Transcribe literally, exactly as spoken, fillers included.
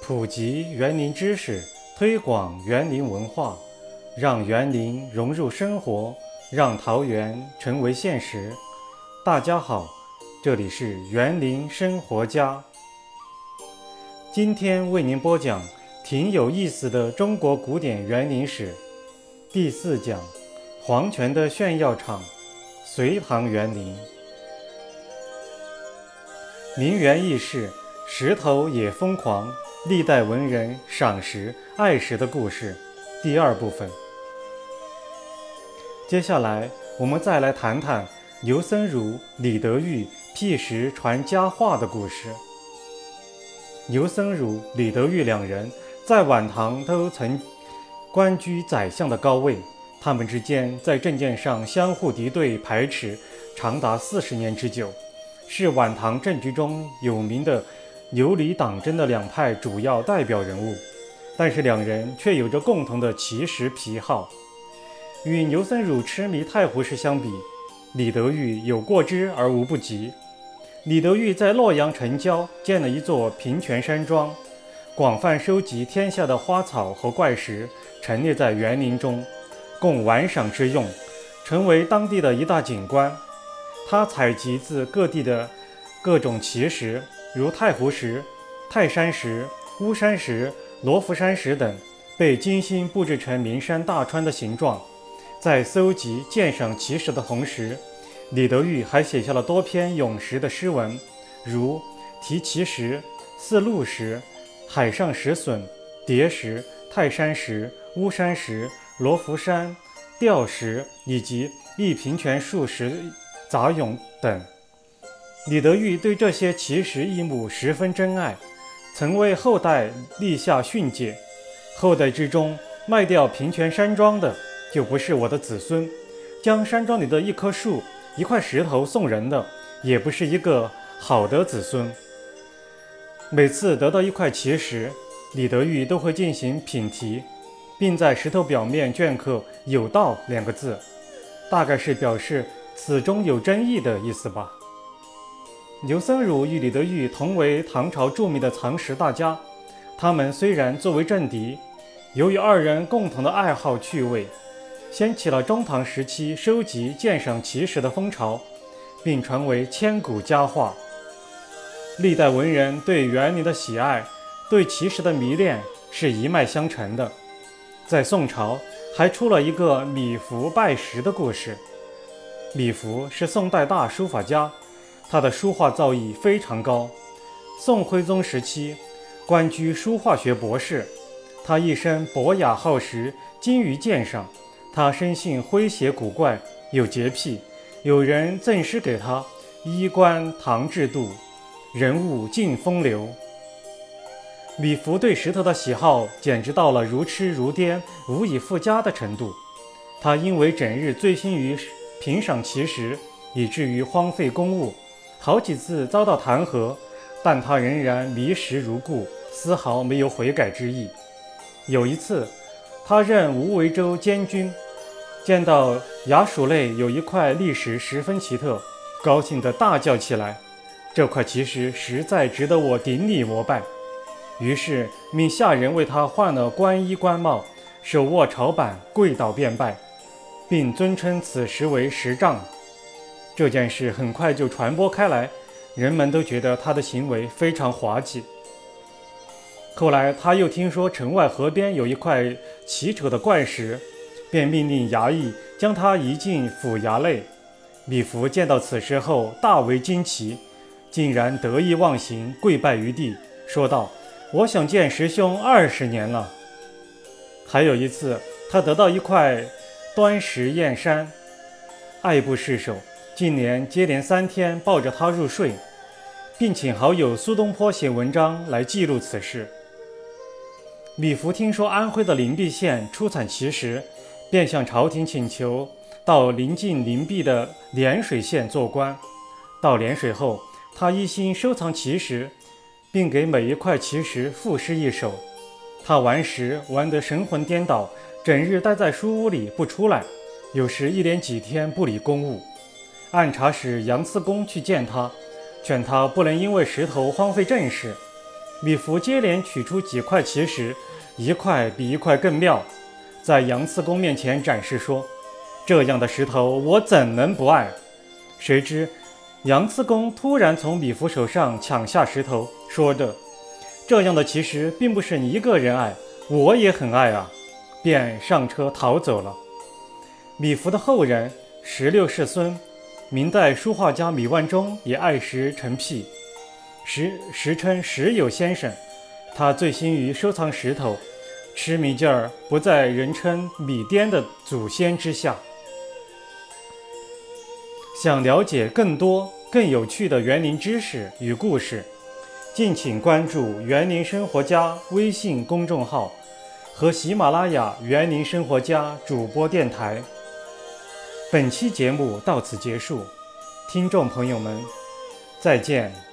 普及园林知识，推广园林文化，让园林融入生活，让桃园成为现实。大家好，这里是园林生活家。今天为您播讲挺有意思的中国古典园林史第四讲，皇权的炫耀场，隋唐园林。名园轶事，石头也疯狂，历代文人赏石爱石的故事，第二部分。接下来我们再来谈谈刘僧孺、李德裕辟石传佳话的故事。刘僧孺、李德裕两人在晚唐都曾官居宰相的高位，他们之间在政见上相互敌对排斥长达四十年之久，是晚唐政局中有名的刘李党争的两派主要代表人物。但是两人却有着共同的奇石癖好。与刘僧孺痴迷太湖石相比，李德裕有过之而无不及。李德裕在洛阳城郊建了一座平泉山庄，广泛收集天下的花草和怪石，陈列在园林中，供玩赏之用，成为当地的一大景观。他采集自各地的各种奇石，如太湖石、泰山石、巫山石、罗浮山石等，被精心布置成名山大川的形状。在搜集鉴赏奇石的同时，李德裕还写下了多篇咏石的诗文，如题奇石、四鹿石、海上石笋、叠石、泰山石、巫山石、罗浮山、吊石以及一平泉数石杂咏等。李德裕对这些奇石异木十分珍爱，曾为后代立下训诫：后代之中卖掉平泉山庄的，就不是我的子孙；将山庄里的一棵树、一块石头送人的，也不是一个好的子孙。每次得到一块奇石，李德裕都会进行品题，并在石头表面镌刻“有道”两个字，大概是表示此中有争议的意思吧。刘僧孺与李德裕同为唐朝著名的藏石大家，他们虽然作为政敌，由于二人共同的爱好趣味，掀起了中唐时期收集鉴赏奇石的风潮，并传为千古佳话。历代文人对园林的喜爱，对奇石的迷恋是一脉相承的。在宋朝还出了一个米芾拜石的故事。米芾是宋代大书法家，他的书画造诣非常高。宋徽宗时期官居书画学博士，他一生博雅好识，精于鉴赏。他生性诙谐古怪，有洁癖，有人赠诗给他：衣冠唐制度，人物尽风流。米芾对石头的喜好简直到了如痴如癫、无以复加的程度。他因为整日醉心于品赏奇石，以至于荒废公务，好几次遭到弹劾，但他仍然迷石如故，丝毫没有悔改之意。有一次，他任无为州监军，见到衙署内有一块砾石十分奇特，高兴地大叫起来：这块奇石实在值得我顶礼膜拜。于是命下人为他换了官衣官帽，手握朝板，跪倒便拜，并尊称此石为石杖。这件事很快就传播开来，人们都觉得他的行为非常滑稽。后来他又听说城外河边有一块奇丑的怪石，便命令衙役将它移进府衙内。米芾见到此石后大为惊奇，竟然得意忘形，跪拜于地，说道：我想见师兄二十年了。还有一次，他得到一块端石燕山，爱不释手，近年接连三天抱着它入睡，并请好友苏东坡写文章来记录此事。米芾听说安徽的灵璧县出产奇石，便向朝廷请求到临近灵璧的涟水县做官。到涟水后，他一心收藏奇石，并给每一块奇石赋诗一首。他玩石玩得神魂颠倒，整日待在书屋里不出来，有时一连几天不理公务。按察使杨次公去见他，劝他不能因为石头荒废政事。 米芾接连取出几块奇石，一块比一块更妙，在杨次公面前展示说：“这样的石头我怎能不爱？”谁知杨次公突然从米芾手上抢下石头，说的：“这样的奇石并不是你一个人爱，我也很爱啊！”便上车逃走了。米芾的后人十六世孙，明代书画家米万钟也爱石成癖，时时称石友先生。他醉心于收藏石头，痴迷劲儿不在人称米颠的祖先之下。想了解更多更有趣的园林知识与故事，敬请关注园林生活家微信公众号和喜马拉雅园林生活家主播电台。本期节目到此结束，听众朋友们，再见。